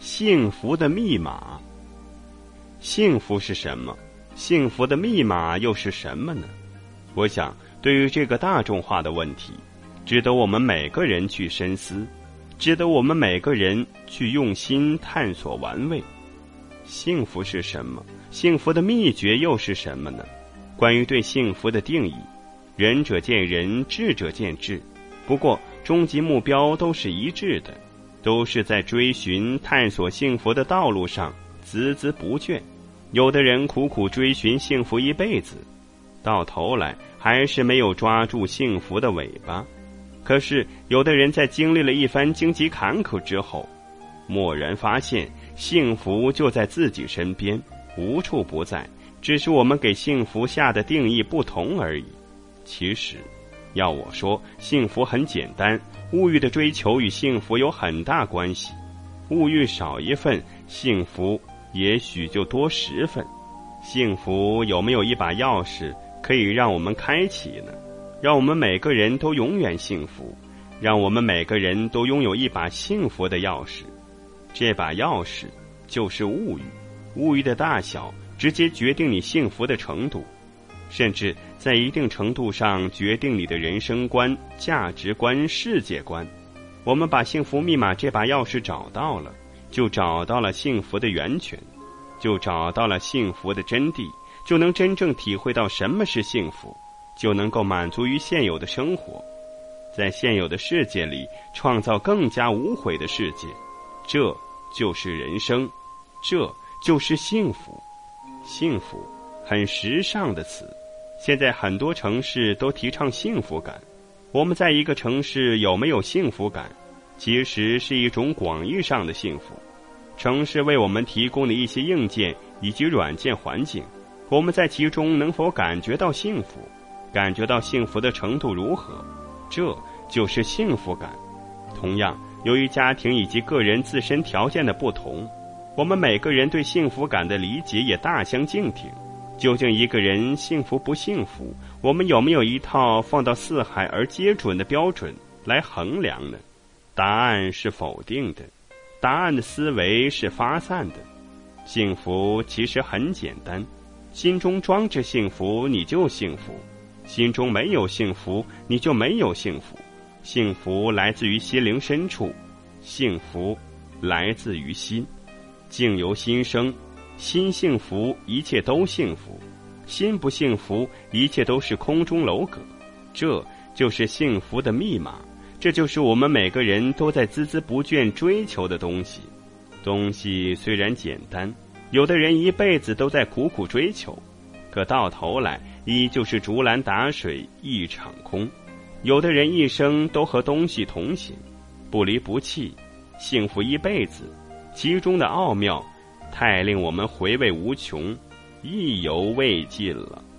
幸福的密码。幸福是什么？幸福的密码又是什么呢？我想，对于这个大众化的问题，值得我们每个人去深思，值得我们每个人去用心探索玩味。幸福是什么？幸福的秘诀又是什么呢？关于对幸福的定义，仁者见仁，智者见智。不过，终极目标都是一致的，都是在追寻探索幸福的道路上孜孜不倦。有的人苦苦追寻幸福一辈子，到头来还是没有抓住幸福的尾巴。可是有的人在经历了一番荆棘坎坷之后，蓦然发现幸福就在自己身边，无处不在，只是我们给幸福下的定义不同而已。其实要我说，幸福很简单，物欲的追求与幸福有很大关系。物欲少一份，幸福也许就多10份。幸福有没有一把钥匙可以让我们开启呢？让我们每个人都永远幸福，让我们每个人都拥有一把幸福的钥匙。这把钥匙就是物欲，物欲的大小直接决定你幸福的程度，甚至在一定程度上决定你的人生观、价值观、世界观。我们把幸福密码这把钥匙找到了，就找到了幸福的源泉，就找到了幸福的真谛，就能真正体会到什么是幸福，就能够满足于现有的生活，在现有的世界里创造更加无悔的世界。这就是人生，这就是幸福。幸福很时尚的词，现在很多城市都提倡幸福感。我们在一个城市有没有幸福感，其实是一种广义上的幸福。城市为我们提供的一些硬件以及软件环境，我们在其中能否感觉到幸福，感觉到幸福的程度如何，这就是幸福感。同样，由于家庭以及个人自身条件的不同，我们每个人对幸福感的理解也大相径庭。究竟一个人幸福不幸福，我们有没有一套放到四海而皆准的标准来衡量呢？答案是否定的，答案的思维是发散的。幸福其实很简单，心中装着幸福，你就幸福；心中没有幸福，你就没有幸福。幸福来自于心灵深处，幸福来自于心。境由心生，心幸福，一切都幸福；心不幸福，一切都是空中楼阁。这就是幸福的密码，这就是我们每个人都在孜孜不倦追求的东西。东西虽然简单，有的人一辈子都在苦苦追求，可到头来依旧是竹篮打水一场空。有的人一生都和东西同行，不离不弃，幸福一辈子，其中的奥妙太令我们回味无穷，意犹未尽了。